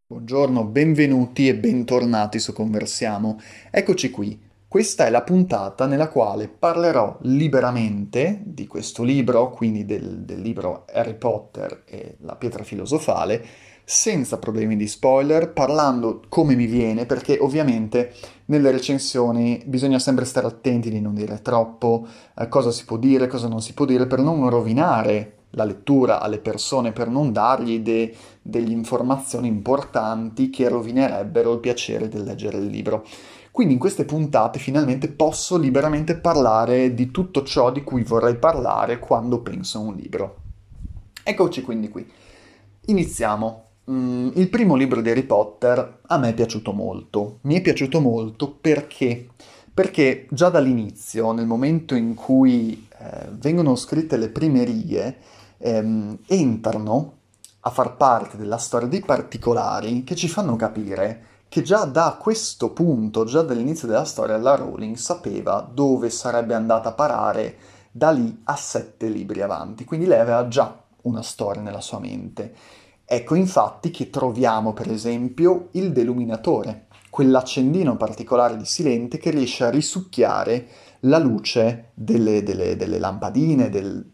Buongiorno, benvenuti e bentornati su Conversiamo. Eccoci qui. Questa è la puntata nella quale parlerò liberamente di questo libro, quindi del libro Harry Potter e la pietra filosofale, senza problemi di spoiler, parlando come mi viene, perché ovviamente nelle recensioni bisogna sempre stare attenti di non dire troppo, cosa si può dire, cosa non si può dire, per non rovinare la lettura alle persone, per non dargli delle informazioni importanti che rovinerebbero il piacere del leggere il libro. Quindi in queste puntate finalmente posso liberamente parlare di tutto ciò di cui vorrei parlare quando penso a un libro. Eccoci quindi qui. Iniziamo. Il primo libro di Harry Potter a me è piaciuto molto. Mi è piaciuto molto perché già dall'inizio, nel momento in cui vengono scritte le prime righe, entrano a far parte della storia dei particolari che ci fanno capire che già da questo punto, già dall'inizio della storia, la Rowling sapeva dove sarebbe andata a parare da lì a 7 libri avanti. Quindi lei aveva già una storia nella sua mente. Ecco infatti che troviamo per esempio il deluminatore, quell'accendino particolare di Silente che riesce a risucchiare la luce delle lampadine,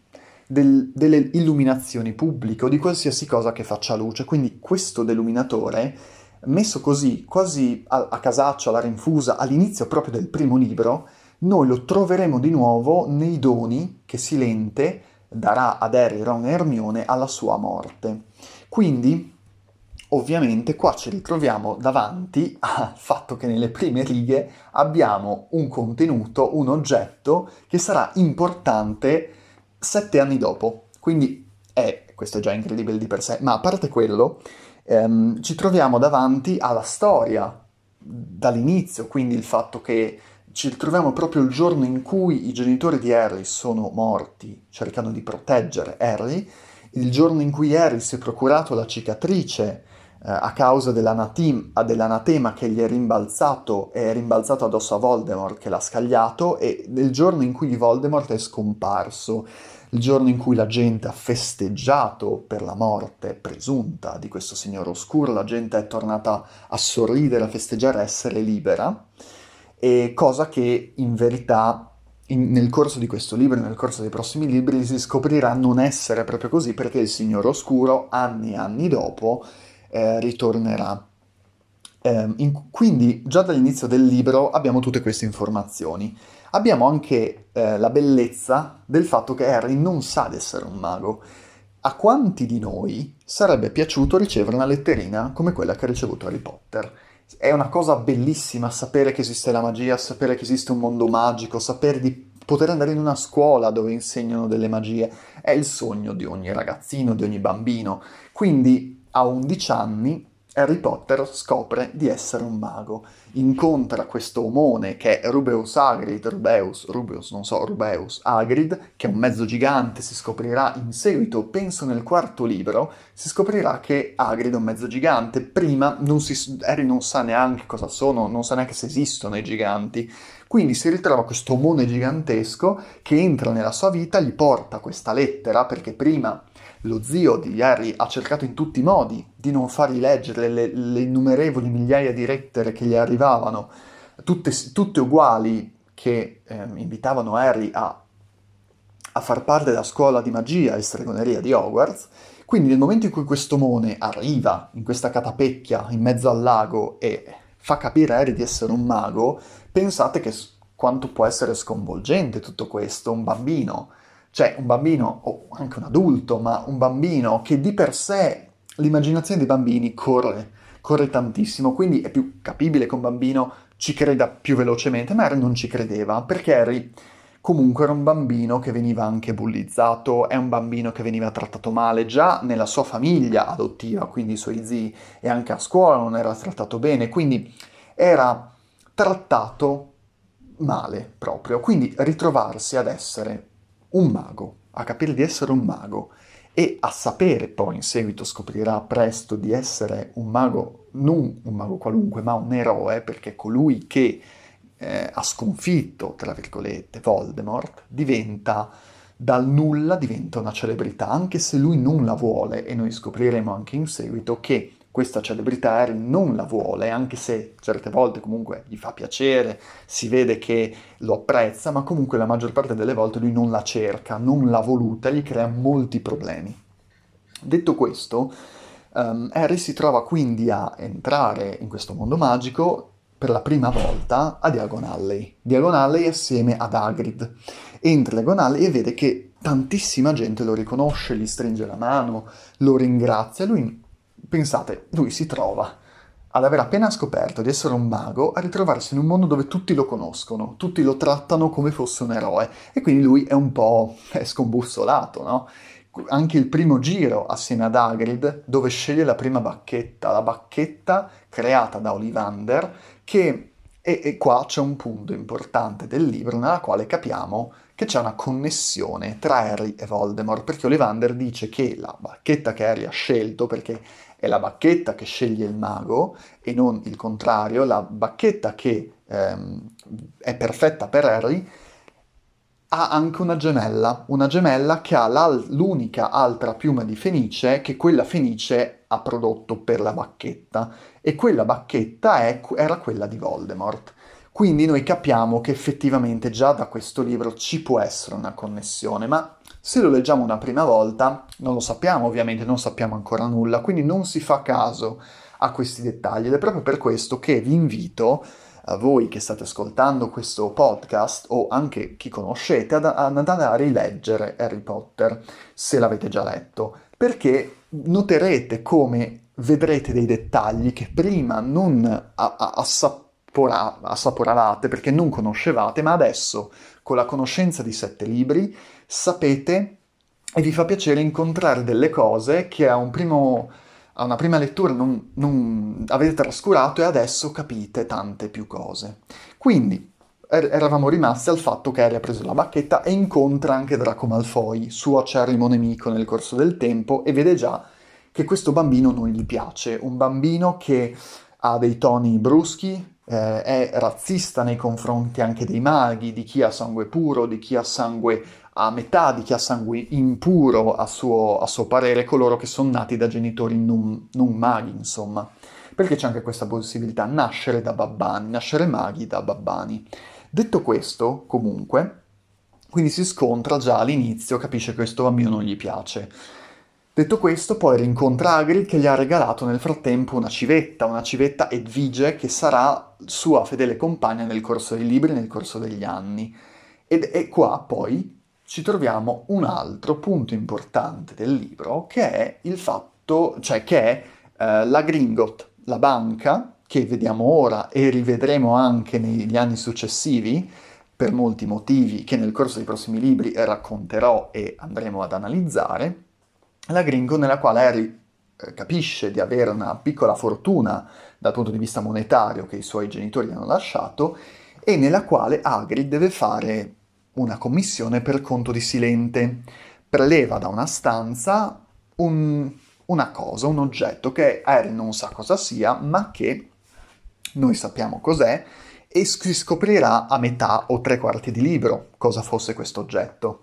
delle illuminazioni pubbliche o di qualsiasi cosa che faccia luce. Quindi questo deluminatore, messo così, quasi a casaccio, alla rinfusa, all'inizio proprio del primo libro, noi lo troveremo di nuovo nei doni che Silente darà ad Harry, Ron e Hermione alla sua morte. Quindi, ovviamente, qua ci ritroviamo davanti al fatto che nelle prime righe abbiamo un contenuto, un oggetto che sarà importante 7 anni dopo. Quindi questo è già incredibile di per sé, ma a parte quello, ci troviamo davanti alla storia dall'inizio, quindi il fatto che ci ritroviamo proprio il giorno in cui i genitori di Harry sono morti, cercando di proteggere Harry, il giorno in cui Harry si è procurato la cicatrice a causa dell'anatema che gli è rimbalzato addosso a Voldemort che l'ha scagliato e del giorno in cui Voldemort è scomparso, il giorno in cui la gente ha festeggiato per la morte presunta di questo signore oscuro, la gente è tornata a sorridere, a festeggiare, a essere libera, e cosa che in verità nel corso di questo libro e nel corso dei prossimi libri si scoprirà non essere proprio così perché il Signore Oscuro, anni e anni dopo, ritornerà. Quindi già dall'inizio del libro abbiamo tutte queste informazioni. Abbiamo anche la bellezza del fatto che Harry non sa di essere un mago. A quanti di noi sarebbe piaciuto ricevere una letterina come quella che ha ricevuto Harry Potter? È una cosa bellissima sapere che esiste la magia, sapere che esiste un mondo magico, sapere di poter andare in una scuola dove insegnano delle magie. È il sogno di ogni ragazzino, di ogni bambino. Quindi a 11 anni Harry Potter scopre di essere un mago. Incontra questo omone che è Rubeus, non so, Rubeus Hagrid, che è un mezzo gigante, si scoprirà in seguito, penso nel quarto libro, si scoprirà che Hagrid è un mezzo gigante. Prima Harry non sa neanche cosa sono, non sa neanche se esistono i giganti. Quindi si ritrova questo omone gigantesco che entra nella sua vita, gli porta questa lettera, perché prima lo zio di Harry ha cercato in tutti i modi di non fargli leggere le innumerevoli migliaia di lettere che gli arrivavano, tutte uguali, che invitavano Harry a far parte della scuola di magia e stregoneria di Hogwarts. Quindi nel momento in cui questo Mone arriva in questa catapecchia in mezzo al lago e fa capire a Harry di essere un mago, pensate quanto può essere sconvolgente tutto questo, un bambino. Cioè un bambino, o anche un adulto, ma un bambino che di per sé l'immaginazione dei bambini corre tantissimo, quindi è più capibile che un bambino ci creda più velocemente, ma Harry non ci credeva, perché Harry comunque era un bambino che veniva anche bullizzato, è un bambino che veniva trattato male già nella sua famiglia adottiva, quindi i suoi zii, e anche a scuola non era trattato bene, quindi era trattato male proprio. Quindi ritrovarsi ad essere un mago, a capire di essere un mago e a sapere poi in seguito scoprirà presto di essere un mago, non un mago qualunque, ma un eroe, perché colui che ha sconfitto, tra virgolette, Voldemort, dal nulla diventa una celebrità, anche se lui non la vuole, e noi scopriremo anche in seguito che questa celebrità Harry non la vuole, anche se certe volte comunque gli fa piacere, si vede che lo apprezza, ma comunque la maggior parte delle volte lui non la cerca, non l'ha voluta, gli crea molti problemi. Detto questo, Harry si trova quindi a entrare in questo mondo magico per la prima volta a Diagon Alley. Diagon Alley assieme ad Hagrid. Entra a Diagon Alley e vede che tantissima gente lo riconosce, gli stringe la mano, lo ringrazia. Lui, pensate, lui si trova ad aver appena scoperto di essere un mago, a ritrovarsi in un mondo dove tutti lo conoscono, tutti lo trattano come fosse un eroe, e quindi lui è un po' scombussolato, no? Anche il primo giro assieme ad Hagrid, dove sceglie la prima bacchetta, la bacchetta creata da Ollivander, che e qua c'è un punto importante del libro nella quale capiamo che c'è una connessione tra Harry e Voldemort, perché Ollivander dice che la bacchetta che Harry ha scelto, perché è la bacchetta che sceglie il mago e non il contrario, la bacchetta che è perfetta per Harry, ha anche una gemella che ha l'unica altra piuma di fenice che quella fenice ha prodotto per la bacchetta, e quella bacchetta era quella di Voldemort. Quindi noi capiamo che effettivamente già da questo libro ci può essere una connessione, ma se lo leggiamo una prima volta non lo sappiamo, ovviamente non sappiamo ancora nulla, quindi non si fa caso a questi dettagli, ed è proprio per questo che vi invito, a voi che state ascoltando questo podcast o anche chi conoscete, ad andare a rileggere Harry Potter, se l'avete già letto, perché noterete come vedrete dei dettagli che prima non assaporavate perché non conoscevate, ma adesso, con la conoscenza di 7 libri, sapete, e vi fa piacere incontrare delle cose che a una prima lettura non avete trascurato, e adesso capite tante più cose. Quindi eravamo rimasti al fatto che Harry ha preso la bacchetta e incontra anche Draco Malfoy, suo acerrimo nemico nel corso del tempo, e vede già che questo bambino non gli piace, un bambino che ha dei toni bruschi, è razzista nei confronti anche dei maghi, di chi ha sangue puro, di chi ha sangue a metà, di chi ha sangue impuro a suo parere, coloro che sono nati da genitori non maghi, insomma. Perché c'è anche questa possibilità, nascere da babbani, nascere maghi da babbani. Detto questo, comunque, quindi si scontra già all'inizio, capisce che questo bambino non gli piace. Detto questo, poi rincontra Hagrid che gli ha regalato nel frattempo una civetta Edvige che sarà sua fedele compagna nel corso dei libri, nel corso degli anni. E qua poi ci troviamo un altro punto importante del libro, che è il fatto, cioè che è la Gringotts, la banca, che vediamo ora e rivedremo anche negli anni successivi, per molti motivi che nel corso dei prossimi libri racconterò e andremo ad analizzare, la Gringo nella quale Harry capisce di avere una piccola fortuna dal punto di vista monetario che i suoi genitori gli hanno lasciato, e nella quale Hagrid deve fare una commissione per conto di Silente. Preleva da una stanza una cosa, un oggetto che Harry non sa cosa sia, ma che noi sappiamo cos'è, e si scoprirà a metà o 3/4 di libro cosa fosse questo oggetto.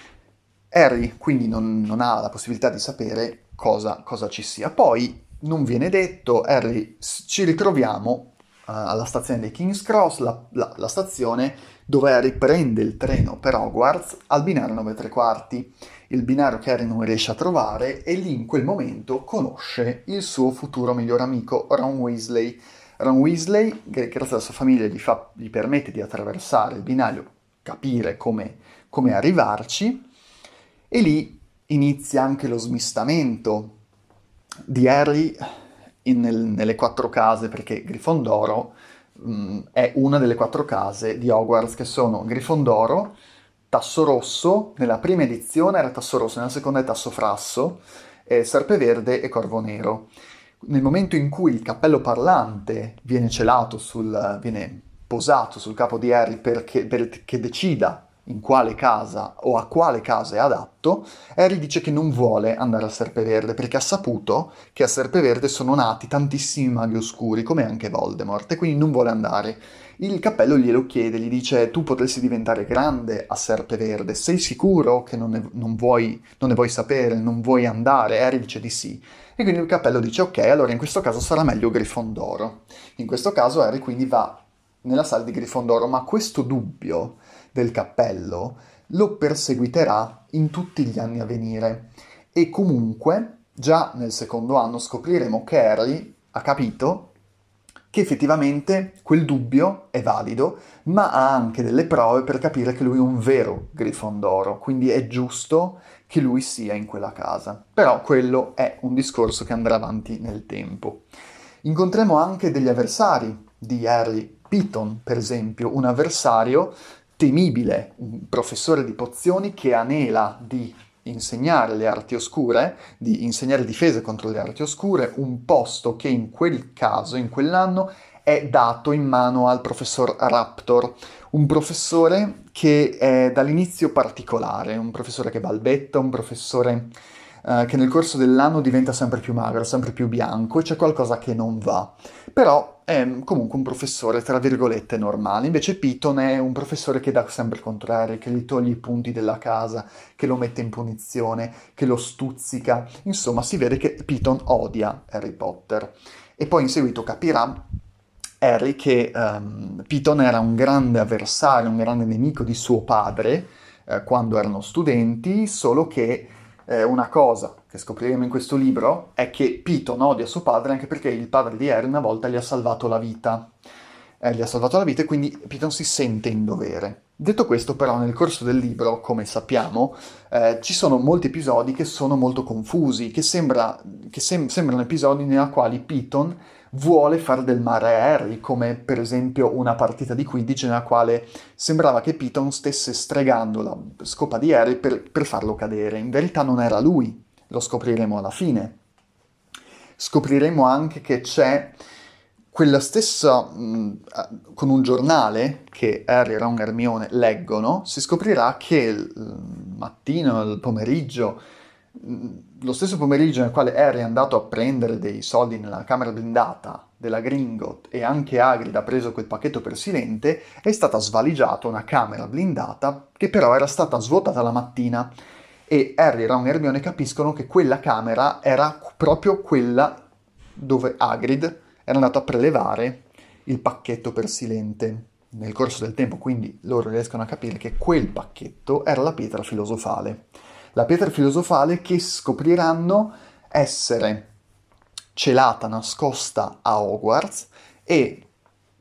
Harry quindi non ha la possibilità di sapere cosa ci sia. Poi non viene detto, Harry, ci ritroviamo alla stazione di King's Cross, la stazione dove Harry prende il treno per Hogwarts al binario 9 3/4, il binario che Harry non riesce a trovare, e lì in quel momento conosce il suo futuro miglior amico Ron Weasley. Ron Weasley, grazie alla sua famiglia, gli permette di attraversare il binario, capire come arrivarci, e lì inizia anche lo smistamento di Harry nelle 4 case, perché Grifondoro è una delle 4 case di Hogwarts, che sono Grifondoro, Tasso Rosso, nella prima edizione era Tasso Rosso, nella seconda è Tasso Frasso, Serpeverde e Corvo Nero. Nel momento in cui il cappello parlante viene posato sul capo di Harry perché decida in quale casa o a quale casa è adatto, Harry dice che non vuole andare a Serpeverde perché ha saputo che a Serpeverde sono nati tantissimi maghi oscuri, come anche Voldemort, e quindi non vuole andare. Il cappello glielo chiede, gli dice: tu potresti diventare grande a Serpeverde, sei sicuro che non ne vuoi sapere, non vuoi andare? Harry dice di sì. E quindi il cappello dice: ok, allora in questo caso sarà meglio Grifondoro. In questo caso Harry quindi va nella sala di Grifondoro, ma questo dubbio del cappello lo perseguiterà in tutti gli anni a venire. E comunque, già nel secondo anno scopriremo che Harry ha capito che effettivamente quel dubbio è valido, ma ha anche delle prove per capire che lui è un vero Grifondoro, quindi è giusto che lui sia in quella casa. Però quello è un discorso che andrà avanti nel tempo. Incontriamo anche degli avversari di Harry, Piton, per esempio, un avversario temibile, un professore di pozioni che anela di insegnare le arti oscure, di insegnare difese contro le arti oscure, un posto che in quel caso, in quell'anno, è dato in mano al professor Raptor, un professore che è dall'inizio particolare, un professore che balbetta, un professore che nel corso dell'anno diventa sempre più magro, sempre più bianco e c'è qualcosa che non va. Però è comunque un professore, tra virgolette, normale. Invece Piton è un professore che dà sempre il contrario, che gli toglie i punti della casa, che lo mette in punizione, che lo stuzzica. Insomma, si vede che Piton odia Harry Potter. E poi in seguito capirà Harry che Piton era un grande avversario, un grande nemico di suo padre quando erano studenti, solo che una cosa che scopriremo in questo libro è che Piton odia suo padre anche perché il padre di Harry una volta gli ha salvato la vita. Gli ha salvato la vita e quindi Piton si sente in dovere. Detto questo, però, nel corso del libro, come sappiamo, ci sono molti episodi che sono molto confusi, sembrano episodi nei quali Piton vuole fare del male a Harry, come per esempio una partita di Quidditch nella quale sembrava che Piton stesse stregando la scopa di Harry per farlo cadere. In verità non era lui, lo scopriremo alla fine. Scopriremo anche che c'è quella stessa, con un giornale che Harry, Ron e Hermione leggono, si scoprirà che il mattino, il pomeriggio, lo stesso pomeriggio nel quale Harry è andato a prendere dei soldi nella camera blindata della Gringotts e anche Hagrid ha preso quel pacchetto per Silente, è stata svaligiata una camera blindata che però era stata svuotata la mattina e Harry, Ron e Hermione capiscono che quella camera era proprio quella dove Hagrid era andato a prelevare il pacchetto per Silente. Nel corso del tempo, quindi, loro riescono a capire che quel pacchetto era la pietra filosofale. La pietra filosofale che scopriranno essere celata, nascosta a Hogwarts e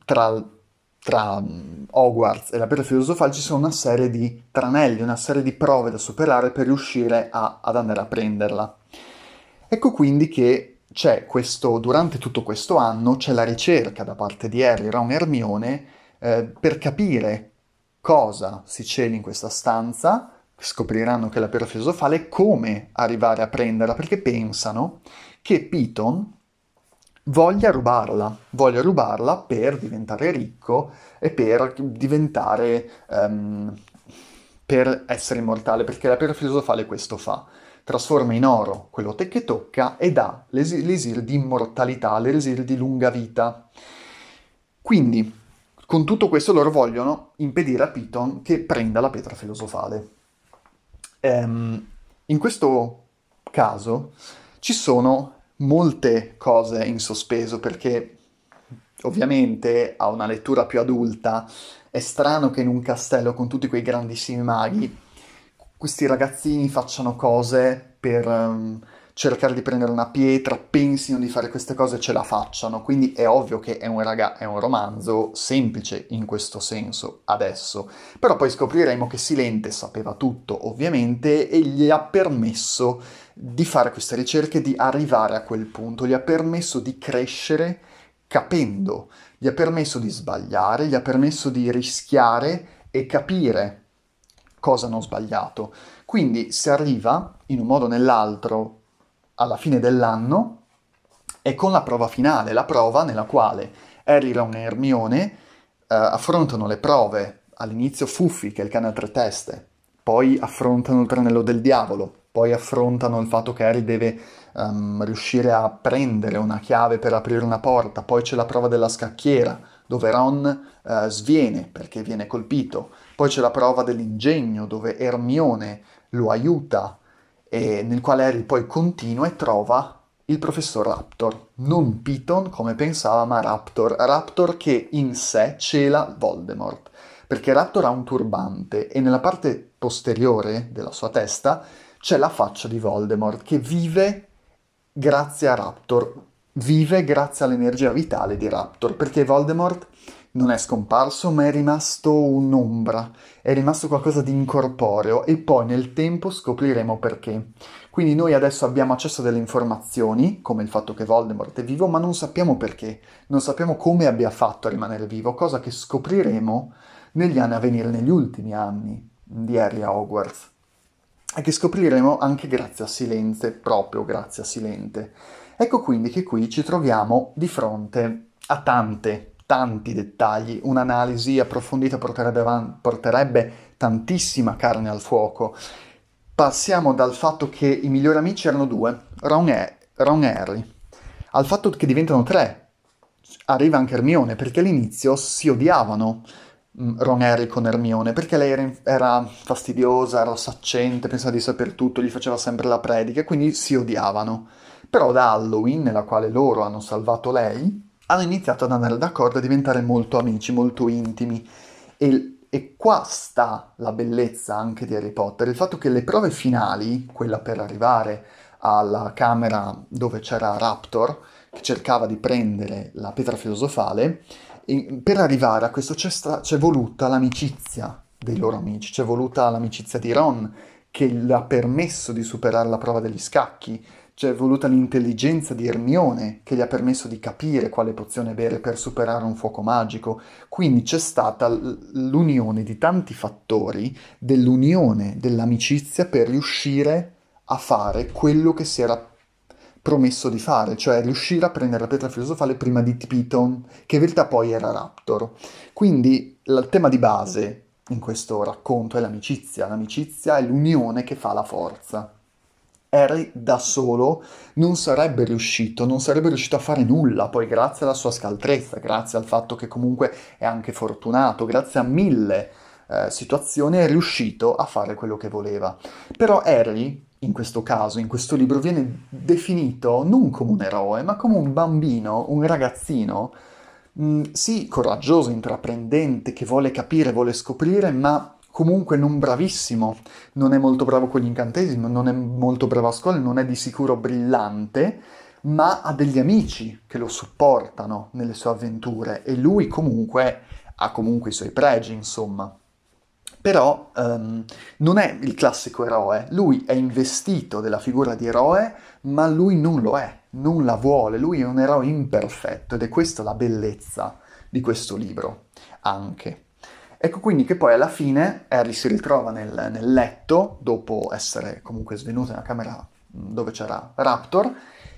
tra Hogwarts e la pietra filosofale ci sono una serie di tranelli, una serie di prove da superare per riuscire ad andare a prenderla. Ecco quindi che durante tutto questo anno c'è la ricerca da parte di Harry, Ron e Hermione per capire cosa si celi in questa stanza, scopriranno che è la pietra filosofale e come arrivare a prenderla, perché pensano che Piton voglia rubarla per diventare ricco e per essere immortale, perché la pietra filosofale questo fa. Trasforma in oro quello che tocca e dà l'esir di immortalità, l'esir di lunga vita. Quindi, con tutto questo loro vogliono impedire a Piton che prenda la pietra filosofale. In questo caso ci sono molte cose in sospeso perché ovviamente a una lettura più adulta è strano che in un castello con tutti quei grandissimi maghi questi ragazzini facciano cose per cercare di prendere una pietra, pensino di fare queste cose e ce la facciano. Quindi è ovvio che è un romanzo semplice in questo senso adesso. Però poi scopriremo che Silente sapeva tutto, ovviamente, e gli ha permesso di fare queste ricerche, di arrivare a quel punto, gli ha permesso di crescere capendo, gli ha permesso di sbagliare, gli ha permesso di rischiare e capire cosa hanno sbagliato. Quindi si arriva, in un modo o nell'altro, alla fine dell'anno e con la prova finale, la prova nella quale Harry, Ron e Hermione affrontano le prove all'inizio Fuffi, che è il cane a tre teste, poi affrontano il tranello del diavolo, poi affrontano il fatto che Harry deve riuscire a prendere una chiave per aprire una porta, poi c'è la prova della scacchiera, dove Ron sviene perché viene colpito, poi c'è la prova dell'ingegno, dove Hermione lo aiuta, e nel quale Harry poi continua e trova il professor Raptor, non Piton come pensava, ma Raptor, Raptor che in sé cela Voldemort, perché Raptor ha un turbante e nella parte posteriore della sua testa c'è la faccia di Voldemort che vive grazie a Raptor, vive grazie all'energia vitale di Raptor, perché Voldemort non è scomparso, ma è rimasto un'ombra, è rimasto qualcosa di incorporeo e poi nel tempo scopriremo perché. Quindi noi adesso abbiamo accesso a delle informazioni, come il fatto che Voldemort è vivo, ma non sappiamo perché, non sappiamo come abbia fatto a rimanere vivo, cosa che scopriremo negli anni a venire, negli ultimi anni di Harry a Hogwarts. E che scopriremo anche grazie a Silente, proprio grazie a Silente. Ecco quindi che qui ci troviamo di fronte a tanti dettagli. Un'analisi approfondita porterebbe tantissima carne al fuoco. Passiamo dal fatto che i migliori amici erano due, Ron e Harry, al fatto che diventano tre. Arriva anche Hermione, perché all'inizio si odiavano Ron e Harry con Hermione, perché lei era fastidiosa, era saccente, pensava di saper tutto, gli faceva sempre la predica, e quindi si odiavano. Però da Halloween, nella quale loro hanno salvato lei, hanno iniziato ad andare d'accordo e a diventare molto amici, molto intimi. E qua sta la bellezza anche di Harry Potter, il fatto che le prove finali, quella per arrivare alla camera dove c'era Raptor, che cercava di prendere la pietra filosofale, per arrivare a questo c'è voluta l'amicizia dei loro amici, c'è voluta l'amicizia di Ron, che gli ha permesso di superare la prova degli scacchi, c'è voluta l'intelligenza di Hermione, che gli ha permesso di capire quale pozione bere per superare un fuoco magico. Quindi c'è stata l'unione di tanti fattori, dell'unione dell'amicizia per riuscire a fare quello che si era promesso di fare, cioè riuscire a prendere la pietra filosofale prima di Piton, che in verità poi era Raptor. Quindi il tema di base in questo racconto è l'amicizia è l'unione che fa la forza. Harry da solo non sarebbe riuscito a fare nulla, poi grazie alla sua scaltrezza, grazie al fatto che comunque è anche fortunato, grazie a mille situazioni è riuscito a fare quello che voleva. Però Harry, in questo caso, in questo libro, viene definito non come un eroe, ma come un bambino, un ragazzino, sì, coraggioso, intraprendente, che vuole capire, vuole scoprire, ma comunque non bravissimo, non è molto bravo con gli incantesimi, non è molto bravo a scuola, non è di sicuro brillante, ma ha degli amici che lo supportano nelle sue avventure e lui comunque ha comunque i suoi pregi, insomma. Però non è il classico eroe, lui è investito della figura di eroe, ma lui non lo è, non la vuole, lui è un eroe imperfetto ed è questa la bellezza di questo libro, anche. Ecco quindi che poi alla fine Harry si ritrova nel letto, dopo essere comunque svenuto nella camera dove c'era Raptor,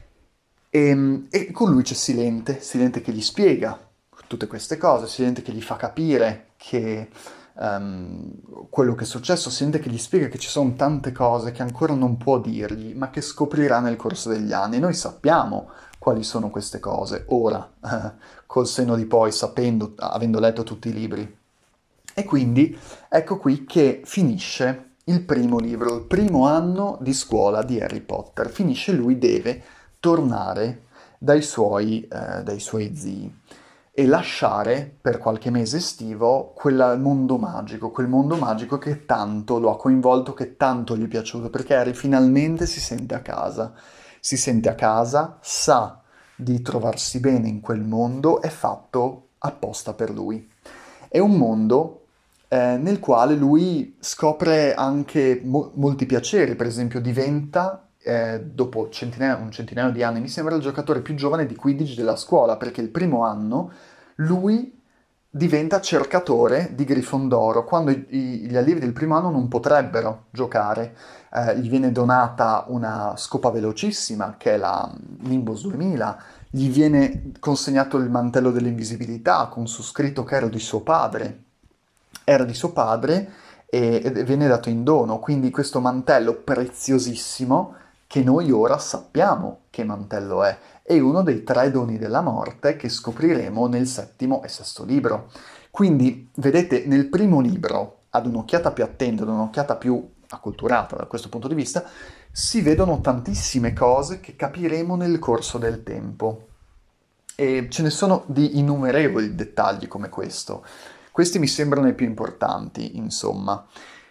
e con lui c'è Silente, Silente che gli spiega tutte queste cose, Silente che gli fa capire che quello che è successo, Silente che gli spiega che ci sono tante cose che ancora non può dirgli, ma che scoprirà nel corso degli anni. Noi sappiamo quali sono queste cose, ora, col senno di poi, sapendo, avendo letto tutti i libri. E quindi ecco qui che finisce il primo libro, il primo anno di scuola di Harry Potter. Finisce lui deve tornare dai suoi zii e lasciare per qualche mese estivo quel mondo magico che tanto lo ha coinvolto, che tanto gli è piaciuto, perché Harry finalmente si sente a casa, sa di trovarsi bene in quel mondo, è fatto apposta per lui. È un mondo nel quale lui scopre anche molti piaceri, per esempio diventa, dopo un centinaio di anni, mi sembra il giocatore più giovane di Quidditch della scuola, perché il primo anno lui diventa cercatore di Grifondoro, quando gli allievi del primo anno non potrebbero giocare. Gli viene donata una scopa velocissima, che è la Nimbus 2000, gli viene consegnato il mantello dell'invisibilità con su scritto che era di suo padre, era di suo padre e viene dato in dono, quindi questo mantello preziosissimo che noi ora sappiamo che mantello è uno dei 3 doni della morte che scopriremo nel settimo e sesto libro. Quindi, vedete, nel primo libro, ad un'occhiata più attenta, ad un'occhiata più acculturata da questo punto di vista, si vedono tantissime cose che capiremo nel corso del tempo. E ce ne sono di innumerevoli dettagli come questo. Questi mi sembrano i più importanti, insomma.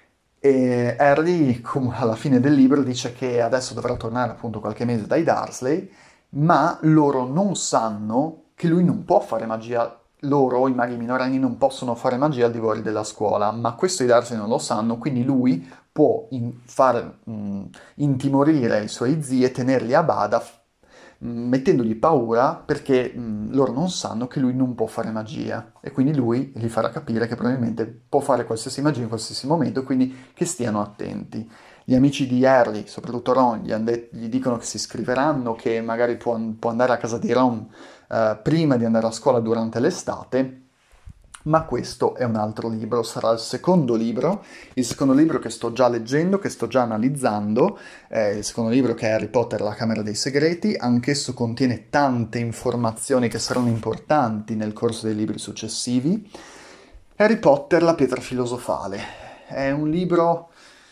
E Harry, alla fine del libro, dice che adesso dovrà tornare appunto qualche mese dai Dursley, ma loro non sanno che lui non può fare magia. Loro, i maghi minorenni, non possono fare magia al di fuori della scuola, ma questo i Dursley non lo sanno, quindi lui può far intimorire i suoi zii e tenerli a bada, mettendogli paura perché loro non sanno che lui non può fare magia e quindi lui gli farà capire che probabilmente può fare qualsiasi magia in qualsiasi momento, quindi che stiano attenti. Gli amici di Harry, soprattutto Ron, gli dicono che si iscriveranno, che magari può andare a casa di Ron prima di andare a scuola durante l'estate, ma questo è un altro libro, sarà il secondo libro che sto già leggendo, che sto già analizzando, il secondo libro che è Harry Potter e la Camera dei Segreti, anch'esso contiene tante informazioni che saranno importanti nel corso dei libri successivi. Harry Potter, la pietra filosofale, è un libro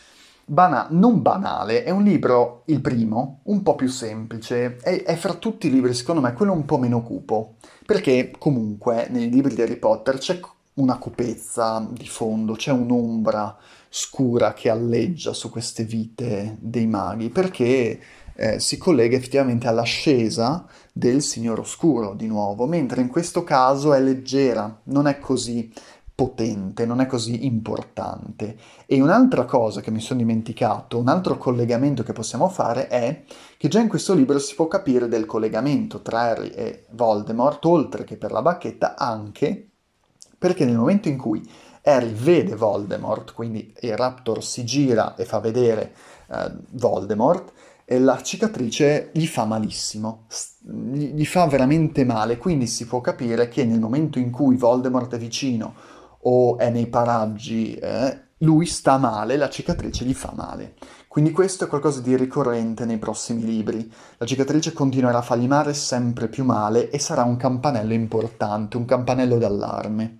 non banale, è un libro, il primo, un po' più semplice, è fra tutti i libri, secondo me, quello un po' meno cupo, perché comunque nei libri di Harry Potter c'è una cupezza di fondo, c'è un'ombra scura che alleggia su queste vite dei maghi, perché si collega effettivamente all'ascesa del Signore Oscuro di nuovo, mentre in questo caso è leggera, non è così potente, non è così importante. E un'altra cosa che mi sono dimenticato, un altro collegamento che possiamo fare è che già in questo libro si può capire del collegamento tra Harry e Voldemort, oltre che per la bacchetta, anche perché nel momento in cui Harry vede Voldemort, quindi il Raptor si gira e fa vedere Voldemort, e la cicatrice gli fa malissimo, gli fa veramente male, quindi si può capire che nel momento in cui Voldemort è vicino o è nei paraggi, lui sta male, la cicatrice gli fa male. Quindi questo è qualcosa di ricorrente nei prossimi libri. La cicatrice continuerà a fargli male sempre più male e sarà un campanello importante, un campanello d'allarme.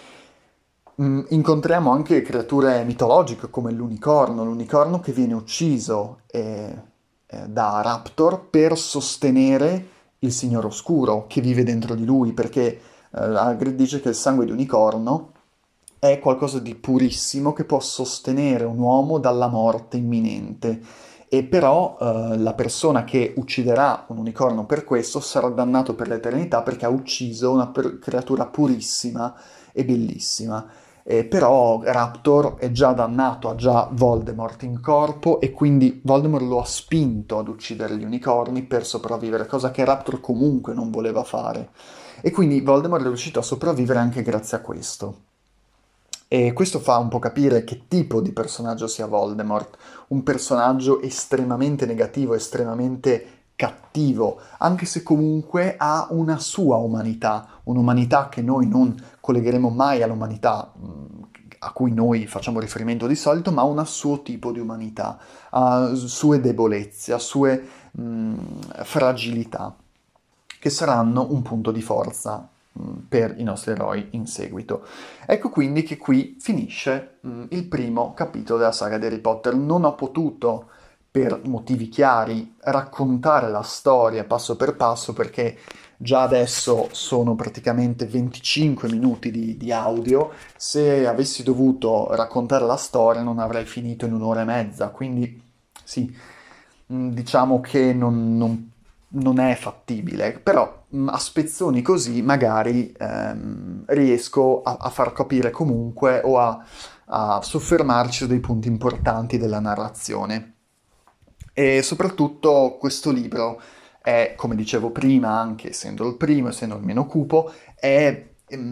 Incontriamo anche creature mitologiche come l'unicorno che viene ucciso da Raptor per sostenere il Signore Oscuro che vive dentro di lui, perché Hagrid dice che il sangue di unicorno è qualcosa di purissimo che può sostenere un uomo dalla morte imminente. E però la persona che ucciderà un unicorno per questo sarà dannato per l'eternità perché ha ucciso una creatura purissima e bellissima. Però Raptor è già dannato, ha già Voldemort in corpo e quindi Voldemort lo ha spinto ad uccidere gli unicorni per sopravvivere, cosa che Raptor comunque non voleva fare. E quindi Voldemort è riuscito a sopravvivere anche grazie a questo. E questo fa un po' capire che tipo di personaggio sia Voldemort, un personaggio estremamente negativo, estremamente cattivo, anche se comunque ha una sua umanità, un'umanità che noi non collegheremo mai all'umanità a cui noi facciamo riferimento di solito, ma un suo tipo di umanità, ha sue debolezze, ha sue fragilità, che saranno un punto di forza per i nostri eroi in seguito. Ecco quindi che qui finisce il primo capitolo della saga di Harry Potter. Non ho potuto, per motivi chiari, raccontare la storia passo per passo perché già adesso sono praticamente 25 minuti di audio. Se avessi dovuto raccontare la storia non avrei finito in un'ora e mezza, quindi sì, diciamo che non è fattibile, però a spezzoni così magari riesco a far capire comunque o a soffermarci su dei punti importanti della narrazione. E soprattutto questo libro è, come dicevo prima, anche essendo il primo, essendo il meno cupo, è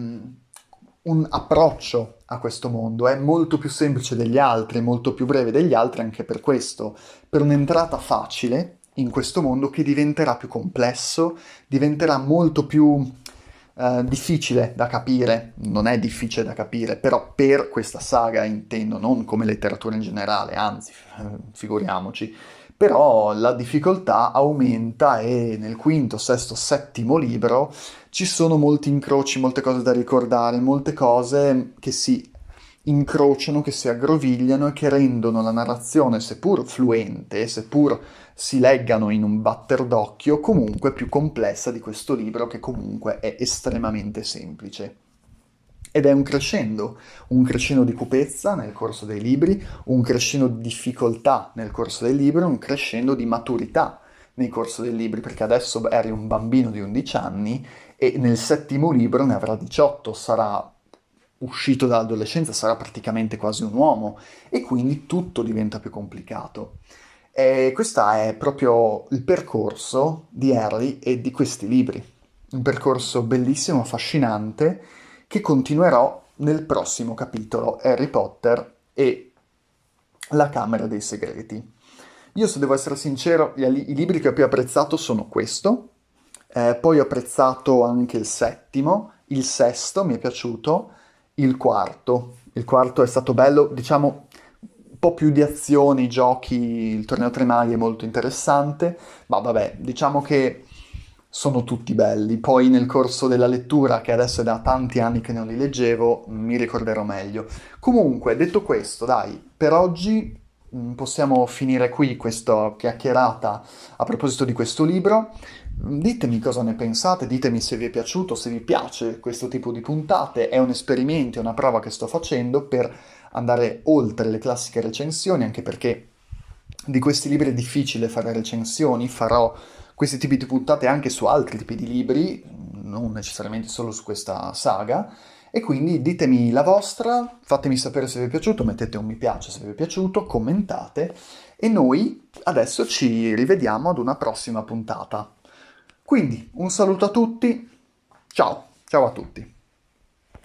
un approccio a questo mondo, è molto più semplice degli altri, molto più breve degli altri anche per questo, per un'entrata facile in questo mondo che diventerà più complesso, diventerà molto più difficile da capire, non è difficile da capire, però per questa saga intendo, non come letteratura in generale, anzi, figuriamoci, però la difficoltà aumenta e nel quinto, sesto, settimo libro ci sono molti incroci, molte cose da ricordare, molte cose che si incrociano, che si aggrovigliano e che rendono la narrazione, seppur fluente, seppur si leggano in un batter d'occhio, comunque più complessa di questo libro che comunque è estremamente semplice. Ed è un crescendo di cupezza nel corso dei libri, un crescendo di difficoltà nel corso del libro, un crescendo di maturità nel corso dei libri, perché adesso eri un bambino di 11 anni e nel settimo libro ne avrà 18, sarà uscito dall'adolescenza, sarà praticamente quasi un uomo e quindi tutto diventa più complicato. E questo è proprio il percorso di Harry e di questi libri. Un percorso bellissimo, affascinante, che continuerò nel prossimo capitolo, Harry Potter e la Camera dei Segreti. Io, se devo essere sincero, i libri che ho più apprezzato sono questo, poi ho apprezzato anche il settimo, il sesto mi è piaciuto, il quarto è stato bello, diciamo un po' più di azione, i giochi, il torneo tre maghi è molto interessante, ma vabbè, diciamo che sono tutti belli. Poi nel corso della lettura, che adesso è da tanti anni che non li leggevo, mi ricorderò meglio. Comunque, detto questo, dai, per oggi possiamo finire qui questa chiacchierata a proposito di questo libro. Ditemi cosa ne pensate, ditemi se vi è piaciuto, se vi piace questo tipo di puntate. È un esperimento, è una prova che sto facendo per andare oltre le classiche recensioni, anche perché di questi libri è difficile fare recensioni, farò questi tipi di puntate anche su altri tipi di libri, non necessariamente solo su questa saga, e quindi ditemi la vostra, fatemi sapere se vi è piaciuto, mettete un mi piace se vi è piaciuto, commentate, e noi adesso ci rivediamo ad una prossima puntata. Quindi un saluto a tutti, ciao, ciao a tutti.